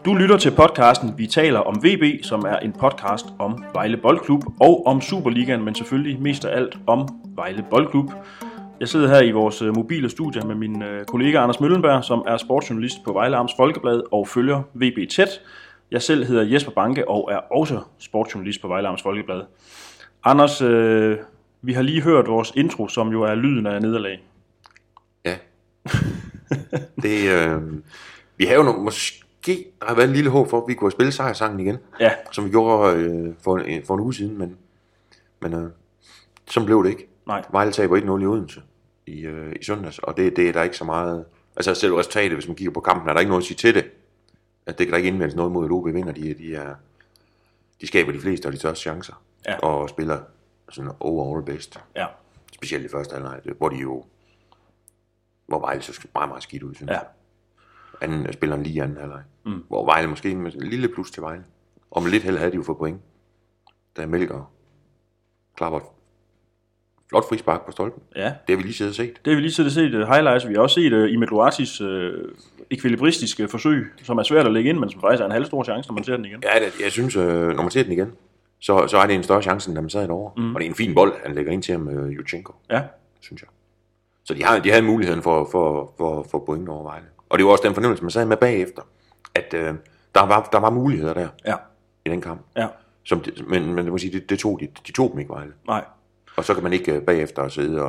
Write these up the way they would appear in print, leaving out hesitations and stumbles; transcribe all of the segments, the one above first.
Du lytter til podcasten Vi taler om VB, som er en podcast om Vejle Boldklub og om Superligaen, men selvfølgelig mest af alt om Vejle Boldklub. Jeg sidder her i vores mobile studie med min kollega Anders Møllenberg, som er sportsjournalist på Vejle Amts Folkeblad og følger VB tæt. Jeg selv hedder Jesper Banke og er også sportsjournalist på Vejle Amts Folkeblad. Anders, vi har lige hørt vores intro, som jo er lyden af nederlag. Ja. Vi har jo måske der har været en lille håb for, at vi kunne spille sejrsangen igen. Ja. Som vi gjorde for en uge siden, men sådan blev det ikke. Nej. Vejle taber 1-0 i Odense i søndags, og det er der ikke så meget. Altså selv resultatet, hvis man kigger på kampen, er der ikke noget at sige til det. At det kan der ikke indvendes noget mod, at OB vinder. De skaber de fleste og de største chancer. Ja. Og spiller sådan overall bedst. Ja. Specielt i første halvleg, hvor Vejle så meget, meget skidt ud, synes jeg. Spiller en lige anden halvleg. Hvor Vejle måske med en lille plus til Vejle. Og med lidt held havde de jo fået point. Da Melker klapper flot frispark på stolpen. Ja. Det har vi lige siddet og set. Det har vi lige set highlights. Vi har også set Imad Louatis ekvilibristiske forsøg, som er svært at lægge ind, men som faktisk er en halvstor chance, når man ser den igen. Ja, jeg synes, når man ser den igen, så er det en større chance, end da man sad derovre. Og det er en fin bold, han lægger ind til ham, Jutchenko. Ja. Synes jeg. Så de havde muligheden for point over Vejle. Og det var også den fornemmelse, man sad med bagefter, at der var muligheder der i den kamp. Ja. Men det må sige, de tog dem ikke, Vejle. Nej. Og så kan man ikke bagefter sidde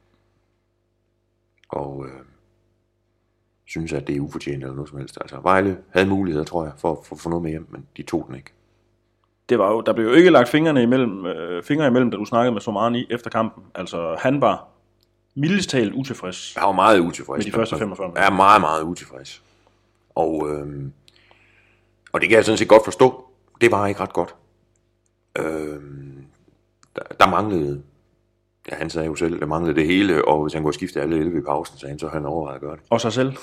og synes, at det er ufortjent eller noget som helst. Altså Vejle havde muligheder, tror jeg, for at få noget med hjem, men de tog den ikke. Der blev jo ikke lagt fingre imellem, da du snakkede med Somani efter kampen. Altså han var mildest talt utilfreds. Jeg var meget utilfreds. Med de første 45 minutter. Jeg er meget, meget utilfreds. Og det kan jeg sådan set godt forstå. Det var ikke ret godt. Der manglede, han sagde jo selv, der manglede det hele, og hvis han kunne skifte alle 11 i pausen, så havde han overvejet at gøre det. Og sig selv.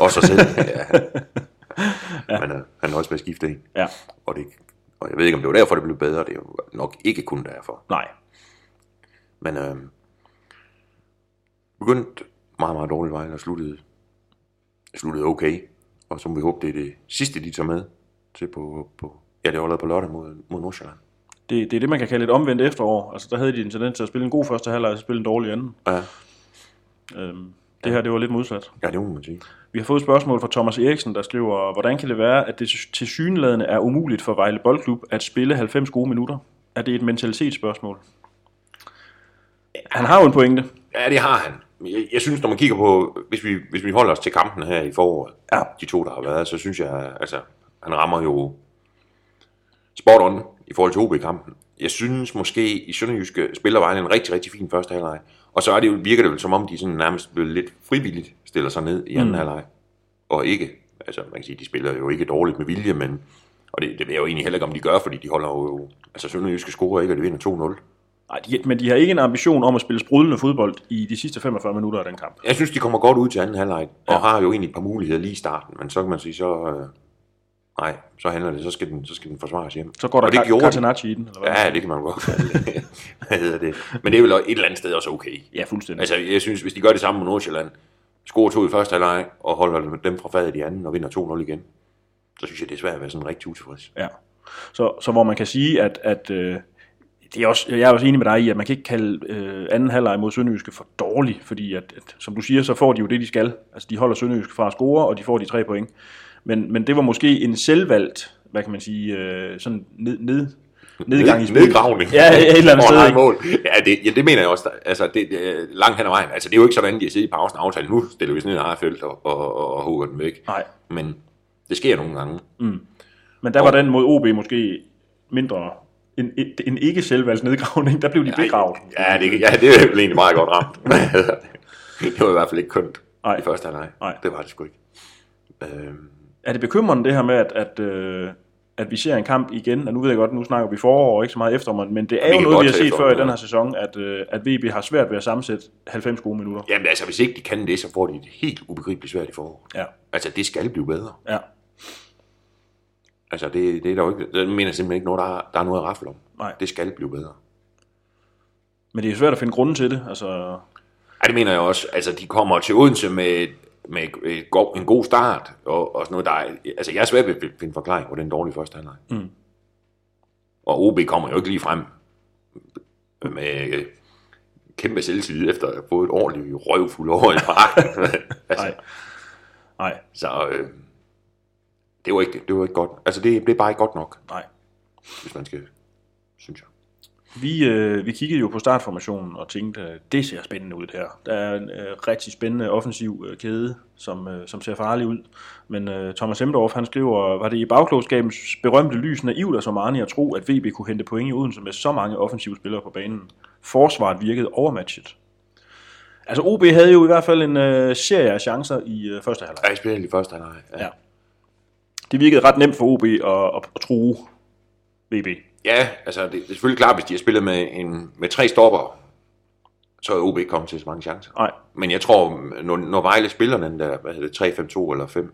Ja. Men han også med at skifte en. Ja. Og jeg ved ikke, om det var derfor, det blev bedre. Det er jo nok ikke kun derfor. Nej. Men begyndte meget, meget dårligt Vejle og sluttede okay. Og som vi håber, det er det sidste, de tager med til på det var lavet på lørdag mod Nordsjælland. Det er det, man kan kalde et omvendt efterår. Altså, der havde de en tendens til at spille en god første halvleg og spille en dårlig anden. Ja. Det her, det var lidt modsat. Ja, det må man sige. Vi har fået et spørgsmål fra Thomas Eriksen, der skriver, hvordan kan det være, at det tilsyneladende er umuligt for Vejle Boldklub at spille 90 gode minutter? Er det et mentalitetsspørgsmål? Han har jo en pointe. Ja, det har han. Jeg synes, når man kigger på, hvis vi holder os til kampen her i foråret, de to, der har været, så synes jeg, altså, han rammer jo spot on i forhold til OB-kampen. Jeg synes måske, i Sønderjyske spiller Vejle en rigtig, rigtig fin første halvleg. Og så virker det jo som om, de sådan nærmest lidt frivilligt stiller sig ned i anden halvleg. Og ikke, altså man kan sige, de spiller jo ikke dårligt med vilje, men, og det ved jeg jo egentlig heller ikke, om de gør, fordi de holder jo, altså Sønderjyske scorer ikke, og de vinder 2-0. Nej, men de har ikke en ambition om at spille sprudlende fodbold i de sidste 45 minutter af den kamp. Jeg synes, de kommer godt ud til anden halvleg, og har jo egentlig et par muligheder lige i starten, men så kan man sige, nej, så handler det, så skal den forsvares hjem. Så går der Catenacci i den, eller hvad? Ja, det kan man godt kalde. Hvad hedder det? Men det er vel et eller andet sted også okay. Ja, fuldstændig. Altså, jeg synes, hvis de gør det samme med Nordsjælland, scorer 2 i første halvleg og holder dem fra fadet i anden og vinder 2-0 igen, så synes jeg, det er svært at være sådan rigtig utilfreds. Ja, så hvor man kan sige, at det er også, jeg er også enig med dig i, at man kan ikke kalde anden halvleg mod Sønderjyske for dårlig, fordi at som du siger, så får de jo det, de skal. Altså, de holder Sønderjyske fra at score, og de får de 3 point. Men det var måske en selvvalgt, hvad kan man sige, sådan nedgang i spillet. Nedgravning. Ja, et eller andet sted. Mål. Ja, det mener jeg også. Altså, det langt hen ad vejen. Altså, det er jo ikke sådan, at de har siddet i pausen og aftalt, nu stiller vi sådan et eget felt og hugger den væk. Nej. Men det sker nogle gange. Men der var den mod OB måske mindre en ikke selvvalgt nedgravning. Der blev de begravet. Ja, det er jo egentlig meget godt ramt. Det var i hvert fald ikke kønt i første halvleg. Nej. Det var det sgu ikke. Er det bekymrende det her med, at vi ser en kamp igen, og nu ved jeg godt, nu snakker vi forår og ikke så meget efter, men det er jo noget, vi har set før i den her sæson, at VB har svært ved at sammensætte 90 gode minutter. Jamen altså, hvis ikke de kan det, så får de det helt ubegribeligt svært i forår. Ja. Altså, det skal blive bedre. Ja. Altså, det er der jo ikke, det mener jeg simpelthen ikke noget, der er noget at rafle om. Nej. Det skal blive bedre. Men det er svært at finde grunden til det, altså. Ja, det mener jeg også. Altså, de kommer til Odense med med en god start, og sådan noget, der er, altså jeg er svært ved at finde forklaring på den dårlige første halvleg. Og OB kommer jo ikke lige frem med kæmpe selvtillid efter at have fået et ordentligt røvfuld over i parken. Altså, Nej. Så det var ikke godt. Altså det blev bare ikke godt nok. Nej. Hvis man skal, synes jeg. Vi kiggede jo på startformationen og tænkte, det ser spændende ud her. Der er en rigtig spændende offensiv kæde, som ser farlig ud. Men Thomas Emdorf, han skriver, var det i bagklogskabens berømte lys naivt af Somani at tro, at VB kunne hente point i Odense med så mange offensive spillere på banen? Forsvaret virkede overmatchet. Altså OB havde jo i hvert fald en serie af chancer i første halvleg. Ja, specielt i første halvleg. Ja. Det virkede ret nemt for OB at true VB. Ja, altså det er selvfølgelig klart, hvis de har spillet med 3 stopper, så er OB ikke kommet til så mange chancer. Nej. Men jeg tror, når Vejle spiller den der, 3-5-2 eller 5.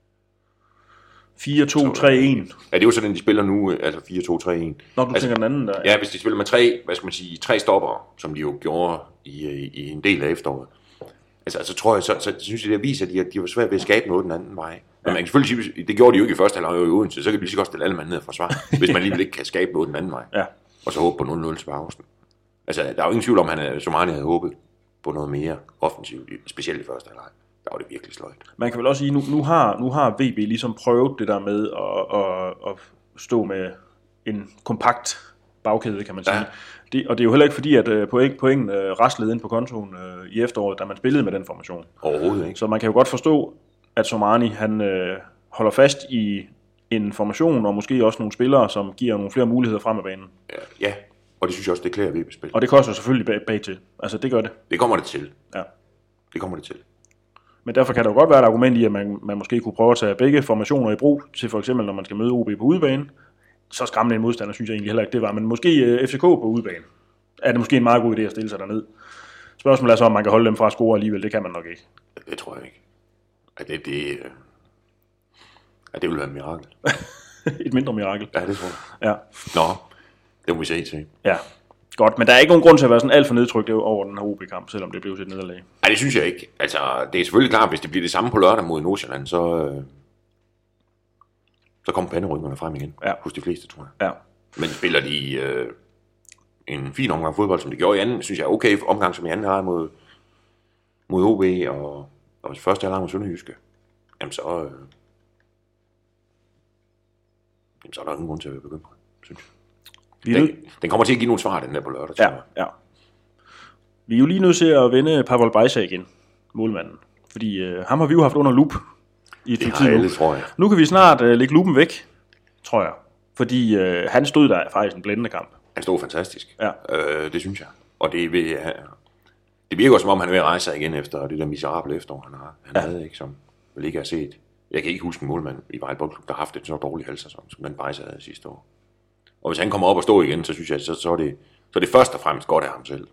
4-2-3-1. Ja, det er jo sådan, de spiller nu, altså 4-2-3-1. Når du tænker den anden der. Ja, hvis de spiller med 3 stopper, som de jo gjorde i en del af efteråret, altså tror jeg, så synes jeg, det viser, at de var svært ved at skabe noget den anden vej. Men man kan selvfølgelig sige, det gjorde de jo ikke i første halvleg i Odense, så kan de lige så godt stille alle mand ned og forsvare, hvis man alligevel ikke kan skabe noget den anden vej. Ja. Og så håbe på 0-0 til pausen. Altså, der er jo ingen tvivl om, at Somani havde håbet på noget mere offensivt, specielt i første halvleg. Der var det virkelig sløjt. Man kan vel også sige, nu har VB ligesom prøvet det der med at stå med en kompakt bagkæde, kan man sige. Ja. Og det er jo heller ikke fordi, at point raslede ind på kontoen i efteråret, da man spillede med den formation. Overhovedet ikke. Så man kan jo godt forstå, at Somani han holder fast i en formation, og måske også nogle spillere, som giver nogle flere muligheder frem af banen. Ja. Og det synes jeg også, det klæder VB-spil. Og det koster selvfølgelig bag til. Altså, det gør det. Det kommer det til. Ja. Det kommer det til. Men derfor kan der jo godt være et argument i, at man måske kunne prøve at tage begge formationer i brug, til for eksempel, når man skal møde OB på udebane. Så skræmmende en modstander, synes jeg egentlig heller ikke, det var. Men måske FCK på udebane. Er det måske en meget god idé at stille sig derned. Spørgsmålet er så, om man kan holde dem fra at score alligevel. Det kan man nok ikke. Det tror jeg ikke. Det vil være et mirakel. Et mindre mirakel. Ja, det tror jeg. Ja. Nå, det må vi se til. Ja, godt. Men der er ikke nogen grund til at være sådan alt for nedtrykt over den her OB-kamp, selvom det blev til et nederlag. Nej, det synes jeg ikke. Altså, det er selvfølgelig klart, hvis det bliver det samme på lørdag mod Nordsjælland, så kommer panderyggerne frem igen. Ja. Hos de fleste, tror jeg. Ja. Men spiller de en fin omgang fodbold, som de gjorde i anden, synes jeg er okay omgang, som i anden har mod OB og første halvleg mod Sønderjyske. Jamen så er der ingen grund til at begynde på, synes jeg. Den kommer til at give nogle svar, den der på lørdag. Ja. Vi er jo lige nødt til at vende Pavel Bajsa igen, målmanden. Fordi ham har vi jo haft under lup i et tid nu. Tror jeg. Nu kan vi snart lægge lupen væk, tror jeg. Fordi han stod der faktisk en blændende kamp. Han stod fantastisk. Ja. Det synes jeg. Og det virker som om, han er ved at rejse sig igen efter det der miserable efterår, han havde, ikke, som vel ikke har set. Jeg kan ikke huske en målmand i Vejle Boldklub, der har haft en så dårlig halvsæson, som den Bajsa havde sidste år. Og hvis han kommer op og står igen, så synes jeg, så er det først og fremmest godt af ham selv.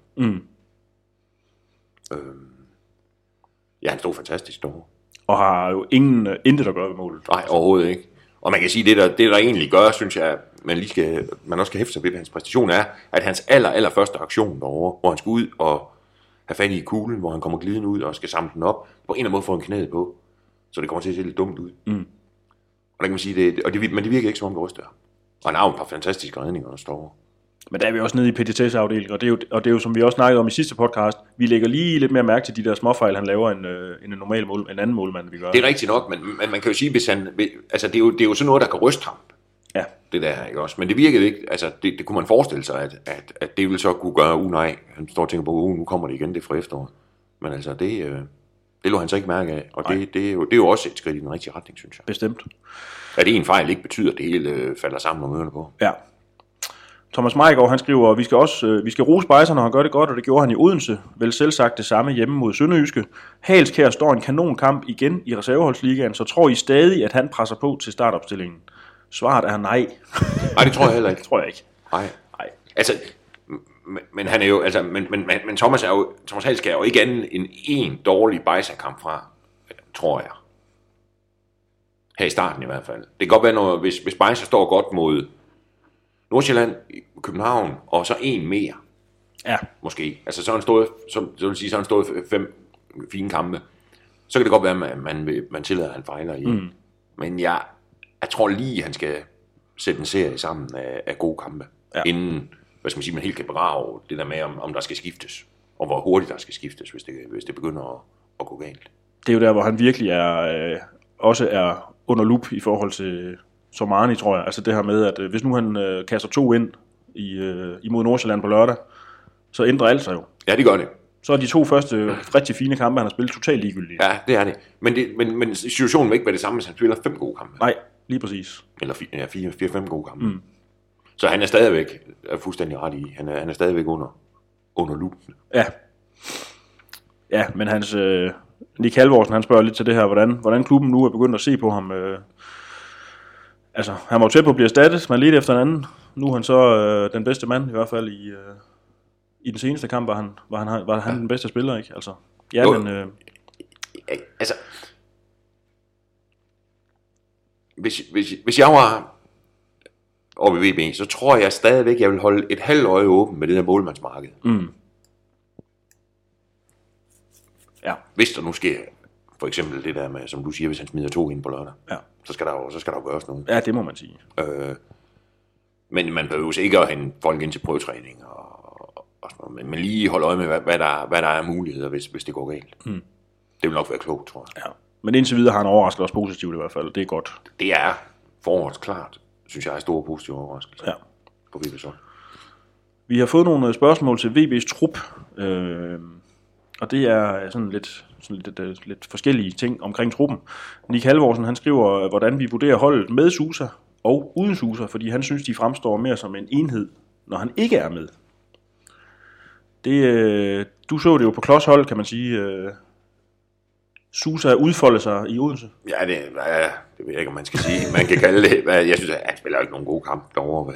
Ja, han stod fantastisk dog. Og har jo intet at gøre ved målet. Nej, overhovedet ikke. Og man kan sige, det der egentlig gør, synes jeg, man også skal hæfte sig ved hans præstation, er, at hans allerførste aktion derovre, hvor han skal ud og have fat i kuglen, hvor han kommer glidende ud og skal samle den op, på en eller anden måde får han knæet på, så det kommer til at se lidt dumt ud. Og der kan man sige, men det virker ikke som om det ryster. Og han har jo et par fantastiske redninger, der står. Men der er vi også nede i PTT's-afdelingen, og det er jo, som vi også snakkede om i sidste podcast, vi lægger lige lidt mere mærke til de der småfejl, han laver en anden målmand, vi gør. Det er rigtigt nok, men man kan jo sige, hvis han, altså det er jo sådan noget, der kan ryste ham. Ja. Det der, ikke også? Men det virkede ikke, altså det kunne man forestille sig, at det ville så kunne gøre, nej, han står og tænker på, nu kommer det igen, det fra efteråret. Men altså, det lå han så ikke mærke af, og det er jo også et skridt i den rigtige retning, synes jeg. Bestemt. At en fejl ikke betyder, at det hele falder sammen og møder på. Ja. Thomas Mejgaard, han skriver, vi skal rose Bajsa, når han gør det godt, og det gjorde han i Odense. Vel selvsagt det samme hjemme mod Sønderjyske. Halskær står en kanonkamp igen i reserveholdsligaen, så tror I stadig, at han presser på til startopstillingen? Svaret er nej. Nej, det tror jeg heller ikke. Det tror jeg ikke. Nej. Altså, men han er jo, altså, men Thomas Halskær er jo ikke andet end en dårlig Bajsa-kamp fra, tror jeg. Her i starten i hvert fald. Det kan godt være, når, hvis Bajsa står godt mod Nordsjælland, København, og så en mere. Ja. Måske. Altså så har han stået, så vil sige, så har han stået 5 fine kampe. så kan det godt være, at man tillader, at han fejler i. Men jeg tror lige, at han skal sætte en serie sammen af gode kampe, inden, hvad skal man sige, man helt kan begrave det der med, om der skal skiftes, og hvor hurtigt der skal skiftes, hvis det begynder at gå galt. Det er jo der, hvor han virkelig også er under lup i forhold til Sormani, tror jeg. Altså det her med, at hvis nu han kaster 2 ind imod Nordsjælland på lørdag, så ændrer alt sig jo. Ja, det gør det. Så er de 2 første rigtig fine kampe, han har spillet, totalt ligegyldige. Ja, det er det. Men situationen vil ikke være det samme, hvis han spiller 5 gode kampe. Nej, lige præcis. Eller 4-5 gode kampe. Så han er stadigvæk, fuldstændig ret i, han er stadigvæk under lupen. Ja, men hans Nick Halvorsen, han spørger lidt til det her, hvordan klubben nu er begyndt at se på ham. Altså, han var jo tæt på at blive erstattet, men lidt efter en anden. Nu er han så den bedste mand, i hvert fald i den seneste kamp, var han den bedste spiller, ikke? Altså, ja, jo. Men... Altså, hvis jeg var oppe i VB, så tror jeg stadigvæk, jeg vil holde et halvt øje åben med det der målmandsmarked. Ja. Hvis der nu sker, for eksempel det der med, som du siger, hvis han smider 2 ind på lørdag, så skal der jo gøres noget. Ja, det må man sige. Men man behøver ikke at hente folk ind til prøvetræning og sådan noget, men lige holde øje med, hvad der er muligheder, hvis det går galt. Det vil nok være klogt, tror jeg. Ja. Men indtil videre har han overrasket os positivt i hvert fald. Det er godt. Det er forårets klart, synes jeg, er store positive overraskelser på VB's hold. Vi har fået nogle spørgsmål til VB's trup, og det er sådan lidt forskellige ting omkring truppen. Nick Halvorsen, han skriver, hvordan vi vurderer holdet med Sousa og uden Sousa, fordi han synes, de fremstår mere som en enhed, når han ikke er med. Du så det jo på klodshold, kan man sige. Sousa udfolde sig i Odense. Ja, det ved jeg ikke, om man skal sige. Man kan kalde det. Jeg synes, at han spiller ikke nogen gode kampe derovre.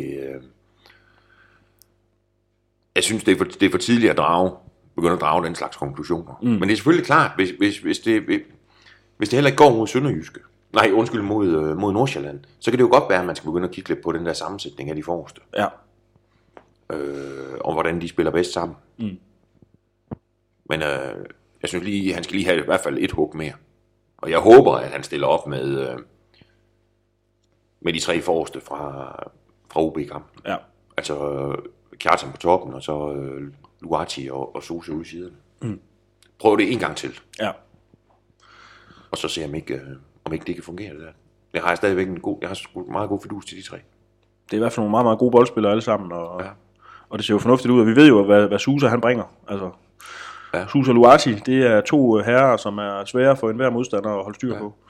Jeg synes, det er for tidligt at begynde at drage den slags konklusioner. Men det er selvfølgelig klart, hvis det heller ikke går mod Sønderjyske, mod Nordsjælland, så kan det jo godt være, at man skal begynde at kigge lidt på den der sammensætning af de forreste. Ja. Og hvordan de spiller bedst sammen. Men jeg synes lige, han skal lige have i hvert fald et hug mere. Og jeg håber, at han stiller op med de 3 forreste fra OB-kampen. Ja. Altså Kjartan på toppen, og så Luati og Sousa ude i siderne. Prøv det en gang til. Ja. Og så ser jeg om ikke det kan fungere. Det der. Jeg har stadigvæk jeg har sgu meget god fidus til de 3. Det er i hvert fald nogle meget, meget gode boldspillere alle sammen, og det ser jo fornuftigt ud, og vi ved jo, hvad Sousa han bringer. Altså, Sousa og Luati, det er 2 herrer, som er svære for enhver modstander at holde styr på.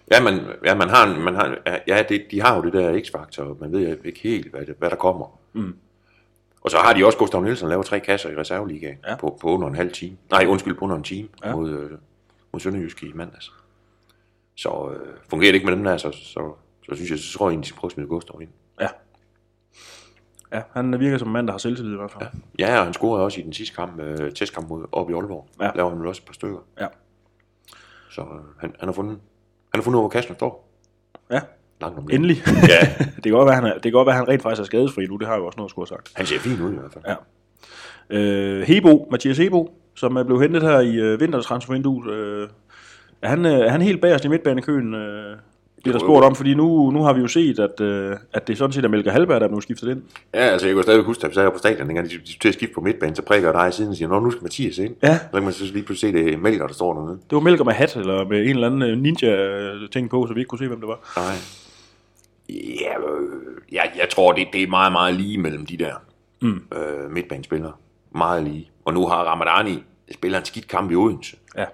De har jo det der x-faktor, man ved ikke helt, hvad der kommer. Og så har de også Gustav Nielsen lavet 3 kasser i reserveligaen på under en halv time. Nej, undskyld, på under en time mod Sønderjysk i mandags. Så fungerer det ikke med dem der, så synes jeg, så tror jeg, at de skal prøve at smide Gustav ind. Ja, han virker som en mand, der har selvtillid i hvert fald. Ja, og han scorede også i den sidste kamp, testkamp op i Aalborg. Laver han også et par stykker. Ja. Så han har fundet hvor kassen står. Ja. Endelig. Ja. Det kan godt være, at han rent faktisk er skadesfri nu. Det har jo også noget at skulle have sagt. Han ser fint ud i hvert fald. Ja. Mathias Hebo, som er blevet hentet her i vintertransfervinduet. Er han helt bagerst i midtbanekøen? bliver der spurgt om, fordi nu har vi jo set, at det sådan set er Melker Hallberg, der er blevet skiftet ind. Ja, altså jeg kan stadig huske, at vi sad på stadion, dengang de til at skifte på midtbanen, så prikker dig i siden og siger, nu skal Mathias ind. Ja. Så kan man så lige pludselig se, det er Melker, der står dernede. Det var Melker med hat, eller med en eller anden ninja-ting på, så vi ikke kunne se, hvem det var. Nej. Ja, jeg tror, det er meget, meget lige mellem de der midtbanespillere. Meget lige. Og nu har Ramadani spiller en skidt kamp i Odense. Ja.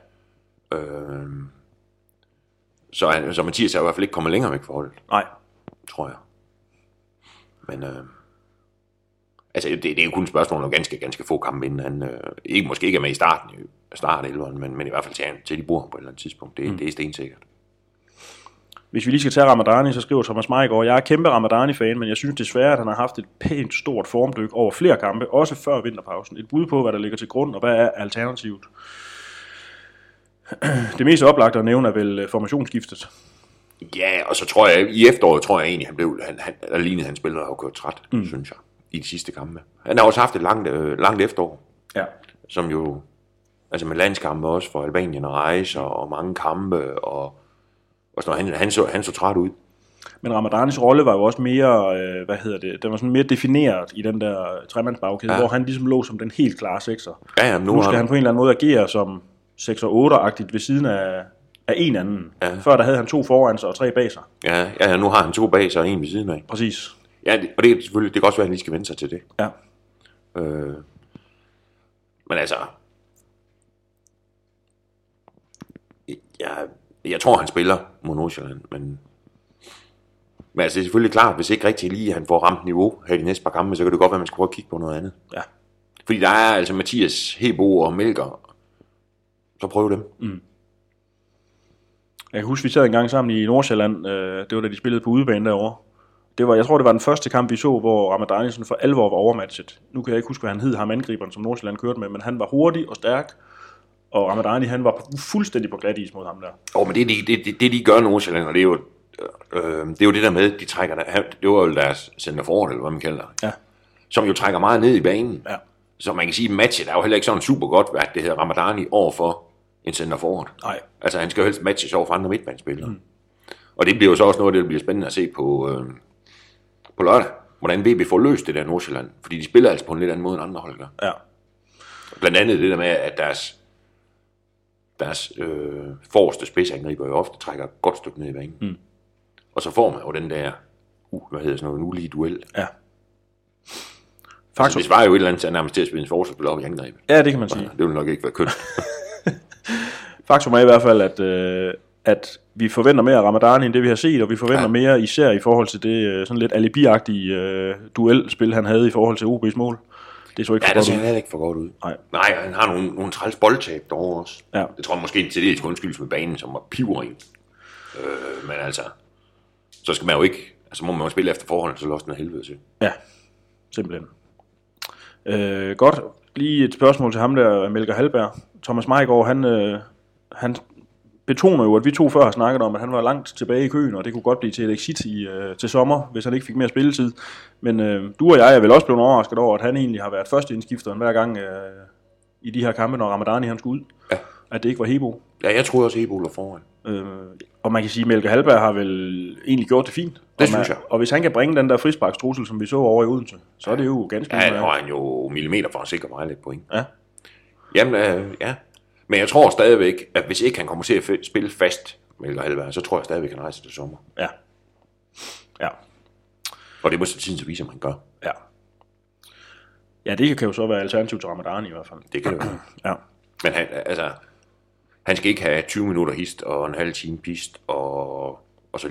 Så Mathias er i hvert fald ikke kommet længere væk fra holdet. Nej. Tror jeg. Men altså, det er jo kun et spørgsmål om ganske få kampe, inden han måske ikke er med i starten af 11'eren, men i hvert fald til de bruger på et eller andet tidspunkt. Det er stensikkert. Hvis vi lige skal tage Ramadani, så skriver Thomas Meigård, jeg er kæmpe Ramadani-fan, men jeg synes desværre, at han har haft et pænt stort formdyk over flere kampe, også før vinterpausen. Et bud på, hvad der ligger til grund, og hvad er alternativet? Det mest oplagte at nævne er vel formationsskiftet. Ja, og så tror jeg, i efteråret tror jeg egentlig, han lignede han spillede og kørt træt, synes jeg, i de sidste kampe. Han har også haft et langt efterår, ja. som jo Altså med landskampe også for Albanien og rejser og mange kampe og sådan noget. Han så træt ud. Men Ramadanis rolle var jo også mere, den var sådan mere defineret i den der tremandsbagkæde, hvor han ligesom lå som den helt klare sekser. Ja, nu skal han på en eller anden måde agere som 6-8-agtigt ved siden af en anden. Ja. Før der havde han 2 foran sig og 3 bag sig. Ja, nu har han 2 bag sig og 1 ved siden af. Præcis. Ja, og det selvfølgelig, det kan også være, at han lige skal vende sig til det. Ja. Men altså, jeg tror, han spiller mod Nordsjælland, men altså, det er selvfølgelig klart, hvis ikke rigtig lige han får ramt niveau her i de næste par kampe, så kan det godt være, at man skal prøve at kigge på noget andet. Ja. Fordi der er altså Mathias, Hebo og Melker, så prøv dem. Mm. Jeg kan huske, vi sad en gang sammen i Nordsjælland, det var da de spillede på udebane derovre. Jeg tror, det var den første kamp, vi så, hvor Ramadani for alvor var overmatchet. Nu kan jeg ikke huske, hvad han hed, ham angriberen, som Nordsjælland kørte med, men han var hurtig og stærk, og Ramadani, han var fuldstændig på glat is mod ham der. Men det de gør Nordsjælland, og det er jo det der med, de trækker der, det var jo deres center forward, eller hvad man kalder det, som jo trækker meget ned i banen. Ja. Så man kan sige, at matchet er jo heller ikke sådan super godt, hvad det hedder Ramadani overfor en center forward. Nej. Altså han skal jo helst matches over for andre midtbanespillere. Mm. Og det bliver jo så også noget, der bliver spændende at se på lørdag, hvordan VB får løst det der Nordsjælland, fordi de spiller altså på en lidt anden måde end andre hold gør. Ja. Blandt andet det der med, at deres forreste spidsangriber jo ofte trækker et godt stykke ned i banen. Mm. Og så får man jo den der, en ulige duel. Ja. Altså, det svarer jo et eller andet til nærmest til at spille en forsvarsspiller op i angrebet. Ja, det kan man sige. Det vil nok ikke være kønt. Faktum er i hvert fald, at vi forventer mere af Ramadani end det, vi har set, og vi forventer mere især i forhold til det sådan lidt alibi-agtige duelspil, han havde i forhold til OB's mål. Det så ikke for godt ud. Ja, det ser ikke for godt ud. Nej, han har nogle træls boldtab derovre også. Ja. Det tror jeg måske til det undskyldes med banen, som var pivring. Men altså, så skal man jo ikke, altså må man jo spille efter forholdene, så låser den af helvede til. Ja, simpelthen. Godt. Lige et spørgsmål til ham der, Melker Hallberg. Thomas Meiggaard, han betoner jo, at vi 2 før har snakket om, at han var langt tilbage i køen, og det kunne godt blive til et exit til sommer, hvis han ikke fik mere spilletid. Men du og jeg er vel også blevet overrasket over, at han egentlig har været første indskifteren hver gang i de her kampe, når Ramadani han skulle ud. Ja. At det ikke var Hebo. Ja, jeg troede også, Hebo lå foran. Og man kan sige, at Melker Hallberg har vel egentlig gjort det fint. Det synes jeg. Og hvis han kan bringe den der frisparkstrussel, som vi så over i Odense, så er det jo ganske... Ja, det har han jo millimeter for at sikre meget lidt point. Ja. Jamen, ja. Men jeg tror stadigvæk, at hvis ikke han kommer til at spille fast, Melker Hallberg, så tror jeg stadigvæk, at han rejser til sommer. Ja. Ja. Og det må så tiden så vise, om han gør. Ja. Ja, det kan jo så være alternativ til Ramadani i hvert fald. Det kan det være. Ja. Men han skal ikke have 20 minutter hist og en halv time pist, og så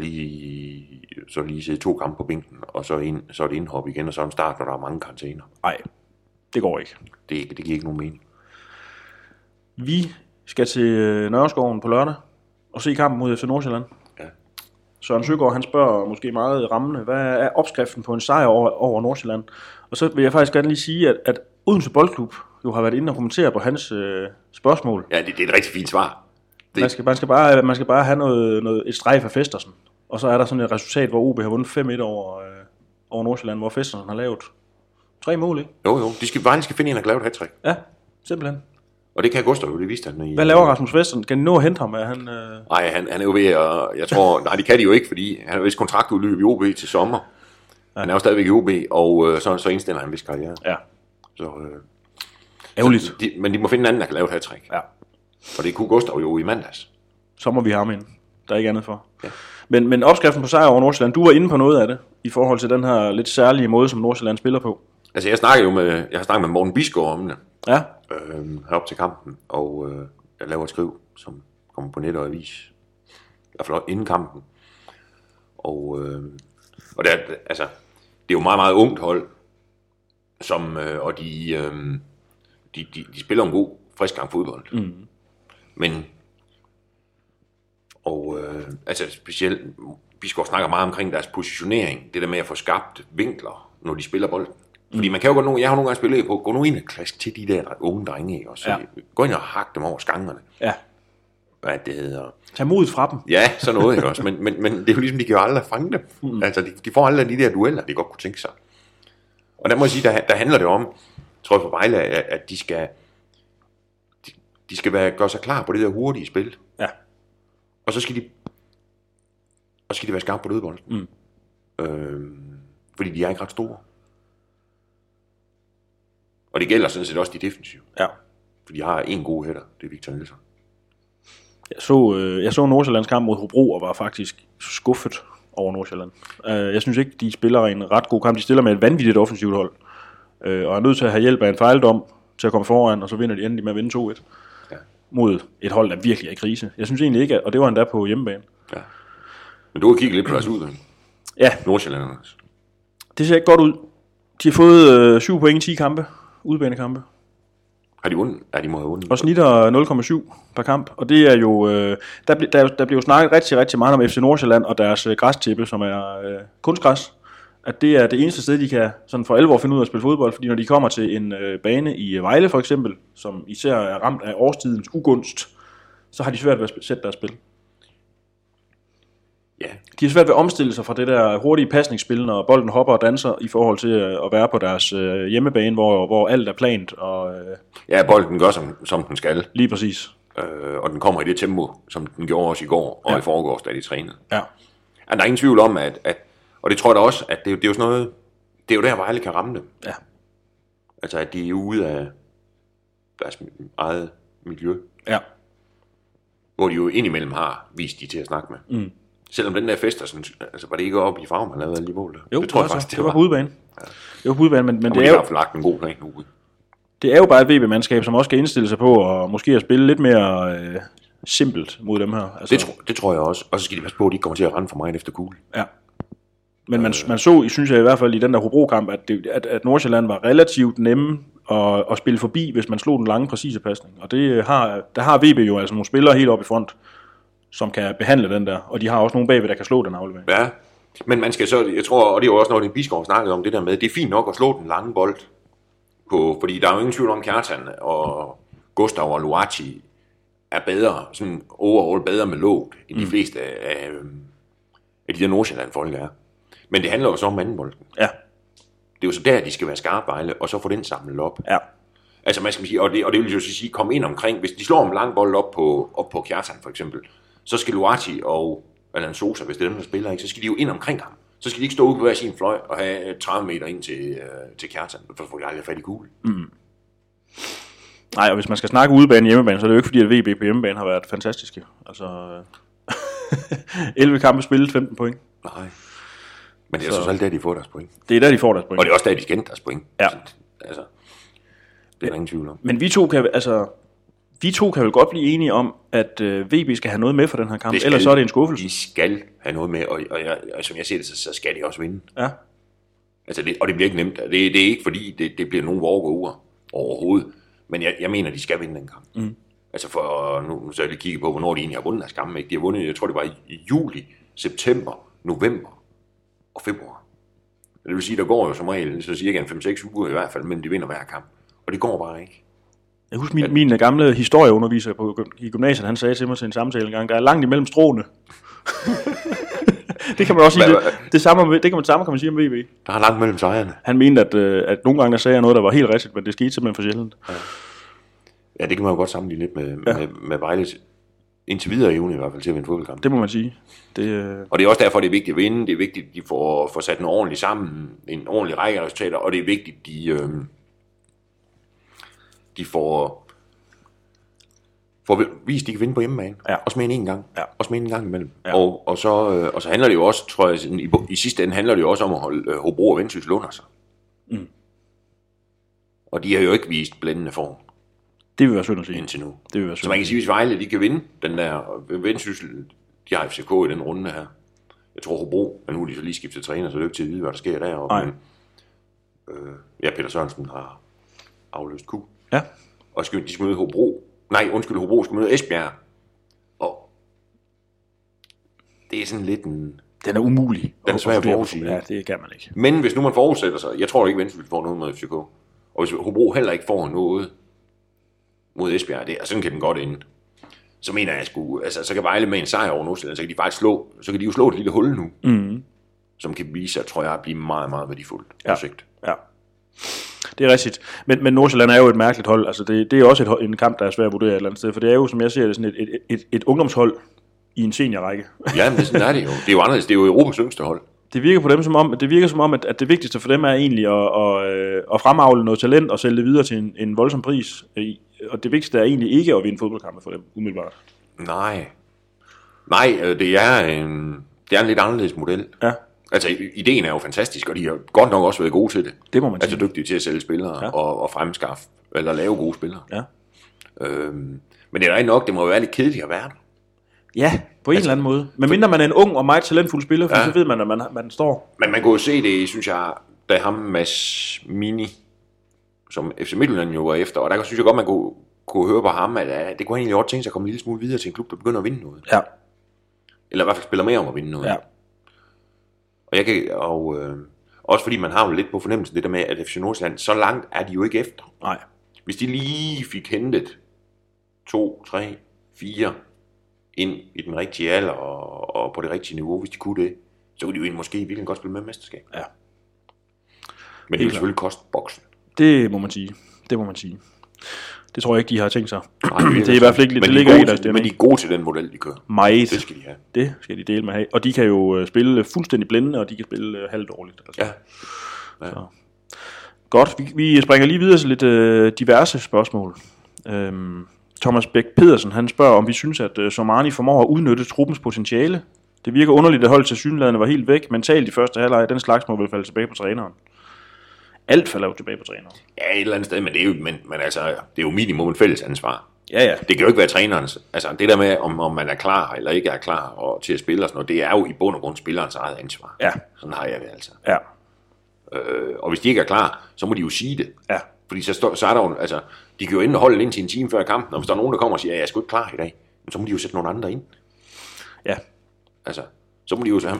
lige sidde 2 kampe på bænken, og så er det indhop igen, og så en start, når der er mange karantæner. Nej, det går ikke. Det giver ikke nogen mening. Vi skal til Nørreskoven på lørdag og se kampen mod FC Nordsjælland. Ja. Søren Søgaard, han spørger måske meget rammende, hvad er opskriften på en sejr over Nordsjælland? Og så vil jeg faktisk gerne lige sige, at Odense Boldklub jo har været inde og kommentere på hans spørgsmål. Ja, det er et rigtig fint svar. Man skal bare have et strejf af Festersen. Og så er der sådan et resultat, hvor OB har vundet 5-1 over Nordsjælland, hvor Festersen har lavet 3 mål, ikke? Jo. De skal finde en, der kan lave et hat-trick. Ja, simpelthen. Og det kan Gustav jo, det viste han. Hvad laver Rasmus Festersen? Kan de nå at hente ham? Nej, han er jo ved at... Jeg tror... Nej, det kan de jo ikke, fordi han har vist kontraktudløb i OB til sommer. Ja. Han er jo stadigvæk i OB, og så indstiller han vist karriere. Ja. Så... Ærgerligt. Men de må finde en anden, der kan lave et hat-trick. Ja. Og det kunne Gustav jo i mandags. Så må vi have ham ind. Der er ikke andet for. Ja. Men opskriften på sejr over Nordsjælland, du var inde på noget af det, i forhold til den her lidt særlige måde, som Nordsjælland spiller på. Altså, jeg har snakket med Morten Bisgaard om det. Ja. Herop til kampen, og jeg laver et skriv, som kommer på net og avis. I hvert fald inden kampen. Og det er, altså, det er jo meget, meget ungt hold, som, og de spiller en god, frisk gang fodbold. Mm. Men, altså specielt, Bisgaard snakker meget omkring deres positionering, det der med at få skabt vinkler, når de spiller bolden. Fordi man kan jo godt jeg har nogle gange spillet på, gå nu ind og klask til de der unge drenge, ikke? Og så gå ind og hakke dem over skangerne. Ja. Hvad det hedder. Tag modet fra dem. Ja, sådan noget, ikke også? Men det er jo ligesom, de kan jo aldrig fange dem. Mm. Altså, de får aldrig de der dueller, de godt kunne tænke sig. Og der må jeg sige, der handler det om, tror jeg for Vejle, at de skal gøre sig klar på det der hurtige spil. Ja. Og så skal de være skarpe på dødbolden. Fordi de er ikke ret store. Og det gælder sådan set også de defensive. Ja. For de har en god hætter, det er Victor Nielsen. Jeg så Nordsjællands kamp mod Hobro og var faktisk skuffet over Nordsjælland. Jeg synes ikke, de spiller en ret god kamp. De stiller med et vanvittigt offensivt hold. Og er nødt til at have hjælp af en fejldom til at komme foran, og så vinder de endelig med at vinde 2-1. Ja. Mod et hold, der virkelig er i krise. Jeg synes egentlig ikke, og det var endda på hjemmebane. Ja. Men du har kigget lidt på deres udgang. Ja. Nordsjællanderne. Det ser ikke godt ud. De har fået 7 point i 10 kampe. Udbanekampe. Har de vundet? Ja, de må have vundet. Og snitter 0,7 per kamp. Og det er jo... Der bliver jo snakket rigtig, rigtig meget om FC Nordsjælland og deres græstæppe, som er kunstgræs. At det er det eneste sted, de kan sådan for alvor finde ud af at spille fodbold. Fordi når de kommer til en bane i Vejle for eksempel, som især er ramt af årstidens ugunst, så har de svært ved at sætte deres spil. Ja. De har svært ved at omstille sig fra det der hurtige pasningsspil, når bolden hopper og danser, i forhold til at være på deres hjemmebane, hvor alt er plant. Og, ja, bolden gør, som den skal. Lige præcis. Og den kommer i det tempo, som den gjorde også i går, og i forgårs, da de trænede. Ja. Og der er ingen tvivl om, at og det tror jeg da også, at det er jo sådan noget, det er jo der, Vejle kan ramme dem. Ja. Altså, at de er ude af deres eget miljø. Ja. Hvor de jo indimellem har vist de til at snakke med. Mm. Selvom den der fester, altså var det ikke oppe i farven, man lavede alle de mål? Jo, det tror jeg faktisk, det var på udebane. Ja. Det var på udebane, men det er jo... lagt en god plan nu. Det er jo bare et VB-mandskab, som også skal indstille sig på, og måske at spille lidt mere simpelt mod dem her. Altså... Det tror jeg også. Og så skal de passe på, at de ikke kommer til at rende for meget efter kugle. Ja. Men man så, synes jeg i hvert fald i den der Hobro-kamp, at Nordsjælland var relativt nemme at spille forbi, hvis man slog den lange, præcise pasning. Og der har VB jo altså nogle spillere helt op i front, som kan behandle den der. Og de har også nogle bagved, der kan slå den aflevering. Ja, men man skal så, jeg tror, og det er jo også noget, det Biskov snakkede om det der med, det er fint nok at slå den lange bold på, fordi der er jo ingen tvivl om, Kjartan og Gustav og Luati er bedre, sådan overall bedre med låg, end de fleste af de der Nordsjælland-folk er. Men det handler jo så om andenbolden. Ja. Det er jo så der, de skal være skarpe, Vejle, og så få den samlet op. Ja. Altså, man skal sige, og det vil jo sige, komme ind omkring, hvis de slår en lang bold op på Kjartan for eksempel, så skal Luati og Alan Sosa, hvis det er dem, der spiller, ikke, så skal de jo ind omkring ham. Så skal de ikke stå ude på hver sin fløj og have 30 meter ind til Kjartan, for så får de aldrig fat i kugle. Mm. Nej, og hvis man skal snakke udebane hjemmebane, så er det jo ikke fordi, at VB på hjemmebane har været fantastiske. Altså, 11 kampe spillet, 15 point. Nej. Men det er så alt der, de får deres point. Det er der, de får deres point. Og det er også der, de skal hente deres point. Ja. Altså, det er der ingen tvivl om. Men vi to kan vel godt blive enige om, at VB skal have noget med for den her kamp, ellers så er det en skuffelse. De skal have noget med, og som jeg ser det, så skal de også vinde. Ja. Altså det bliver ikke nemt. Det er ikke fordi, det bliver nogen walkover overhovedet. Men jeg mener, de skal vinde den kamp. Mm. Altså for nu så jeg lige kigge på, hvornår de egentlig har vundet deres kamp. Ikke? De har vundet, jeg tror det var i juli, september, november og februar. Det vil sige, der går jo som regel, så cirka 5-6 uger i hvert fald, men de vinder hver kamp. Og det går bare ikke. Jeg husker min gamle historieunderviser i gymnasiet, han sagde til mig til en samtale engang, der er langt imellem stråene. Det kan man også sige, det samme kan man sige om VB. Der er langt mellem sejrene. Han mente, at nogle gange der sagde jeg noget, der var helt rigtigt, men det skete simpelthen for sjældent. Ja, det kan man jo godt sammenligne lidt med Vejles indtil videre evne i hvert fald til at vinde fodboldkamp. Det må man sige. Og det er også derfor, det er vigtigt at vinde. Det er vigtigt, at de får sat noget ordentligt sammen, en ordentlig række af resultater, og det er vigtigt, at de får vist, at de kan vinde på hjemmebane. Ja. Også med en gang. Ja. Også med en gang imellem. Ja. Og så handler det jo også, tror jeg, i sidste ende handler det jo også om at holde Hobro og Vendsyssel under sig. Mm. Og de har jo ikke vist blændende form. Det vil være synd at sige. Indtil nu. Det vil være synd. Så man kan sige, hvis Vejle de kan vinde den der Vendsyssel, de har FCK i den runde her. Jeg tror Hobro, men nu er de så lige skiftet træner, så det er jo ikke til at vide, hvad der sker deroppe. Nej. Men, Peter Sørensen har afløst Q. Ja. Og de skal møde Hobro. Hobro skal møde Esbjerg. Og det er sådan lidt en... Den er umulig. Den er svær at forudsige. Ja, det kan man ikke. Men hvis nu man forudsætter sig, jeg tror ikke, Vendsyssel får noget mod FCK. Og hvis Hobro heller ikke får noget mod Esbjerg, sådan kan den godt ende. Så mener jeg så kan Vejle med en sejr over Nordsjælland, så kan de faktisk så kan de jo slå et lille hul nu, som kan vise sig, tror jeg, at blive meget, meget værdifuldt på sigt. Ja. Det er rigtigt. Men Nordsjælland er jo et mærkeligt hold. Altså det er også en kamp, der er svær at vurdere et eller andet sted. For det er jo, som jeg ser det, sådan et ungdomshold i en seniorrække. Ja, men sådan er det jo. Det er jo anderledes. Det er jo Europas yngste hold. Det virker på dem som om, at det vigtigste for dem er egentlig at fremavle noget talent og sælge det videre til en voldsom pris. Og det vigtigste er egentlig ikke at vinde fodboldkampe for dem, umiddelbart. Nej, det er en lidt anderledes model. Ja. Altså, ideen er jo fantastisk, og de har godt nok også været gode til det. Det må man sige. Altså dygtige til at sælge spillere og fremskaffe, eller lave gode spillere. Ja. Men det er nok, det må jo være lidt kedeligt at være der. Ja, på en eller anden måde. Men mindre man er en ung og meget talentfuld spiller, for så ved man, at man står. Men man kunne jo se det, synes jeg, da ham Mads Mini, som FC Midtjylland jo var efter, og der synes jeg godt, man kunne høre på ham, at det kunne egentlig godt tænke sig at komme en lille smule videre til en klub, der begynder at vinde noget. Ja. Eller i hvert fald spiller mere om at vinde noget. Ja. Og også fordi man har jo lidt på fornemmelsen det der med, at FC Nordsjælland, så langt er de jo ikke efter. Nej. Hvis de lige fik hentet 2, 3, 4 ind i den rigtige alder og på det rigtige niveau, hvis de kunne det, så kunne de jo måske virkelig godt spille med mesterskab. Ja. Men det vil selvfølgelig koste boksen. Det må man sige. Det tror jeg ikke, de har tænkt sig. Nej, det er i hvert fald ikke, det ligger ikke deres. Men de er gode til den model, de kører. Meget. Det skal de have. Det skal de dele med have. Og de kan jo spille fuldstændig blinde, og de kan spille halvdårligt. Altså. Ja. Så. Godt, vi springer lige videre til lidt diverse spørgsmål. Thomas Bæk Pedersen, han spørger, om vi synes, at Somani formår at udnytte truppens potentiale. Det virker underligt, at holdet til synlædende var helt væk mentalt i første halvleg. Den slags må vel falde tilbage på træneren. Alt falder jo tilbage på træneren. Ja, et eller andet sted, men det er jo, men altså, det er jo minimum et fælles ansvar. Ja. Det kan jo ikke være trænerens. Altså, det der med, om man er klar eller ikke er klar til at spille og sådan noget, det er jo i bund og grund spillerens eget ansvar. Ja. Sådan har jeg det altså. Ja. Og hvis de ikke er klar, så må de jo sige det. Ja. Fordi så er der jo, altså, de kan jo ende holde ind til en time før kampen, og hvis der er nogen, der kommer og siger, jeg er sgu ikke klar i dag, så må de jo sætte nogle andre ind. Ja. Altså, så må de jo,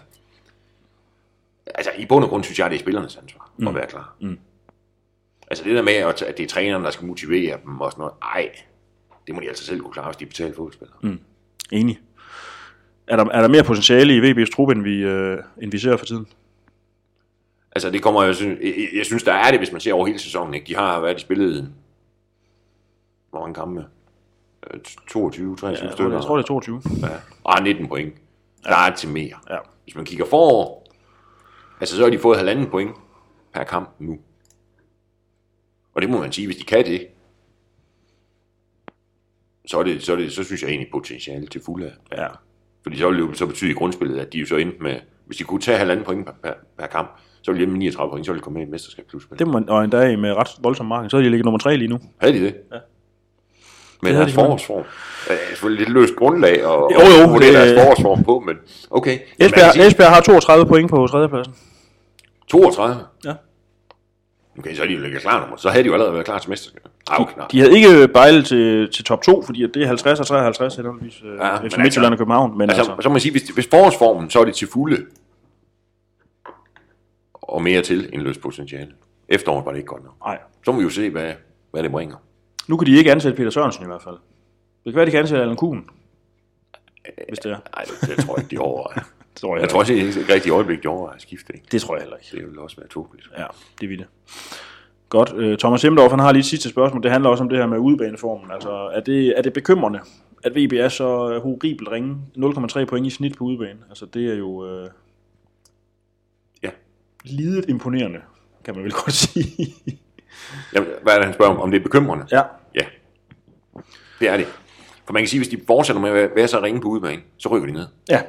altså i bund og grund synes jeg, det er spillernes ansvar at være klar. Altså det der med, at det er træneren, der skal motivere dem og sådan noget, det må de altså selv kunne klare, hvis de betaler fodboldspillere. Enig. Er der mere potentiale i VB's trup, end vi ser for tiden? Altså det kommer, jeg synes, der er det, hvis man ser over hele sæsonen. Ikke? De har været i spillet, hvor mange kampe? 22, 23 stykker. Jeg tror, det er 22. Ja. Og 19 point. Der er til mere. Ja. Hvis man kigger forover, altså så har de fået 1,5 point per kamp nu. Og det må man sige, hvis de kan det, så synes jeg egentlig potentiale til fulde. Ja. Fordi så vil det jo så betyde i grundspillet, at de jo så endte med, hvis de kunne tage 1,5 point per kamp, så ville de med 39 point, så ville de komme med i et mesterskabsklubspil. Det må man, og endda med ret voldsom marken, så er de ligget nummer 3 lige nu. Havde de det? Ja. Men deres forårsform. Selvfølgelig lidt løst grundlag, og jo, det er deres forårsform på, men okay. Esbjerg har 32 point på 3. pladsen. 32? Ja. Okay, så er de jo ligget klar nummer. Så havde de jo allerede været klar til mesterskab. Okay, de havde ikke bejlet til top 2, fordi det er 50 og 53 henholdsvis efter Midtjylland og København. Men altså, så må man sige, hvis forårsformen, så er det til fulde og mere til end løst potentiale. Efteråret var det ikke godt nok. Nej. Så må vi jo se, hvad det bringer. Nu kan de ikke ansætte Peter Sørensen i hvert fald. Det kan være, de kan ansætte Allan Kuhn, hvis det er. Nej, det tror jeg ikke, de overvejer. Jeg tror også ikke rigtig i øjeblikket, de overvejer at skifte. Ikke? Det tror jeg heller ikke. Det vil også være tåbeligt. Ja, det vil det. Godt. Thomas Hemmendorf, han har lige et sidste spørgsmål. Det handler også om det her med udebaneformen. Altså, er det bekymrende, at VB er så horribelt ringe? 0,3 point i snit på udebane. Altså, det er jo lidet imponerende, kan man vel godt sige. Jamen, hvad er det, han spørger om det er bekymrende? Ja. Ja, det er det. For man kan sige, hvis de fortsætter med at være så ringe på udebane, så rykker de ned. Ja.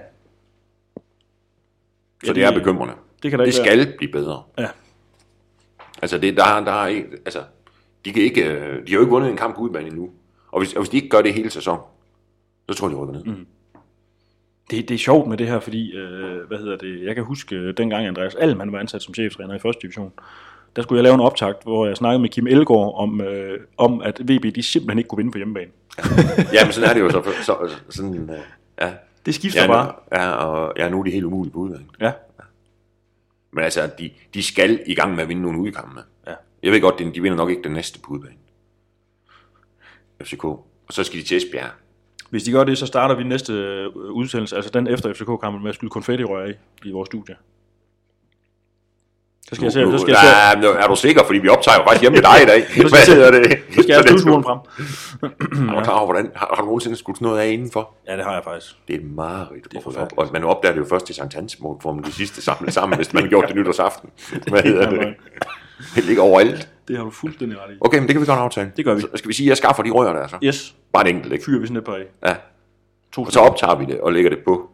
Så det er bekymrende. Det skal blive bedre. Ja. Altså, der er ikke, altså, de har jo ikke vundet en kamp på udebane endnu. Og hvis de ikke gør det hele sæson, så tror jeg, de rykker ned. Mm. Det er sjovt med det her, fordi, jeg kan huske dengang Andreas Alm var ansat som cheftræner i første division. Der skulle jeg lave en optakt, hvor jeg snakkede med Kim Elgaard om at VB de simpelthen ikke kunne vinde på hjemmebane. Ja, men sådan er det jo så sådan, ja. Det skifter bare. Ja, og nu er de helt umulige på udebane. Ja. Men altså, de skal i gang med at vinde nogle udkampe. Ja. Jeg ved godt, de vinder nok ikke den næste på udebane. FCK. Og så skal de til Esbjerg. Hvis de gør det, så starter vi næste udsendelse, altså den efter FCK-kampen, med at skyde konfettirør i vores studie. Er du sikker? Fordi vi optager jo faktisk hjemme med dig i dag. Så skal jeg have støvsugeren frem. Er du klar over, hvordan? Har du nogensinde skudt noget af indenfor? Ja, det har jeg faktisk. Det er et mareridt. Og man opdager det jo først i Sankt Hans, hvor man de sidste samlet sammen, hvis man gjort det nytårsaften. Hvad hedder det? Det ligger overalt. Det har du fuldstændig ret i. Okay, men det kan vi godt aftale. Det gør vi. Så skal vi sige, at jeg skaffer de rører der så? Yes. Bare et enkelt, ikke? Fyrer vi sådan et par af. Ja. Og så optager vi det og lægger det på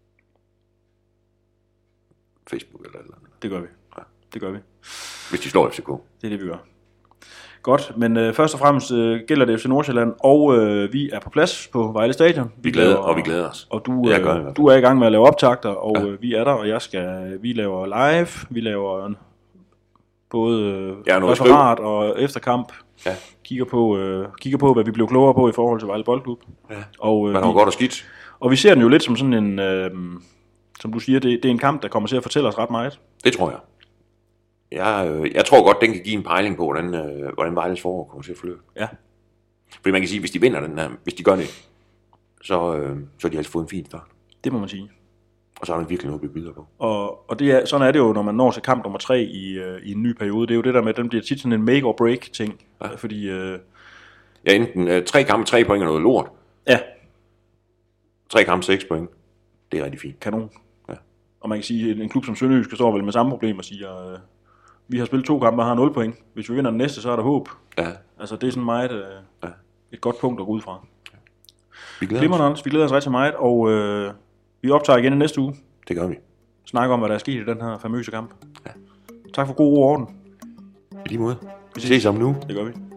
Facebook eller noget. Det gør vi. Ja. Det gør vi. Hvis de slår FCK. Det er det, vi gør. Godt, men først og fremmest gælder det FC Nordsjælland, og vi er på plads på Vejle Stadion. Vi glæder os. Og du er i gang med at lave optagter, og vi er der, og vi laver live, vi laver både referat og efterkamp. Ja. Kigger på, hvad vi blev klogere på i forhold til Vejle Boldklub. Ja. Og man har godt og skidt. Og vi ser den jo lidt som sådan en, som du siger, det er en kamp, der kommer til at fortælle os ret meget. Det tror jeg. Jeg tror godt, den kan give en pejling på, hvordan Vejles forår kommer til at forløbe. Ja. Fordi man kan sige, hvis de vinder den her, hvis de gør det, så har de altså fået en fin start. Det må man sige. Og så er der virkelig noget at byde på. Og sådan er det jo, når man når til kamp nummer 3 i en ny periode. Det er jo det der med, at den bliver tit sådan en make or break ting. Ja. Fordi... ja, enten 3 kampe, 3 point og noget lort. Ja. 3 kampe, 6 point. Det er rigtig fint. Kanon. Ja. Og man kan sige, at en klub som Sønderjyske står vel med samme problem og siger, vi har spillet 2 kampe og har 0 point. Hvis vi vinder den næste, så er der håb. Ja. Altså det er sådan meget et godt punkt at gå ud fra. Vi glæder os rigtig meget, og vi optager igen i næste uge. Det gør vi. Snakker om, hvad der er sket i den her famøse kamp. Ja. Tak for god ord og orden. I lige måde. Vi ses om nu. Det gør vi.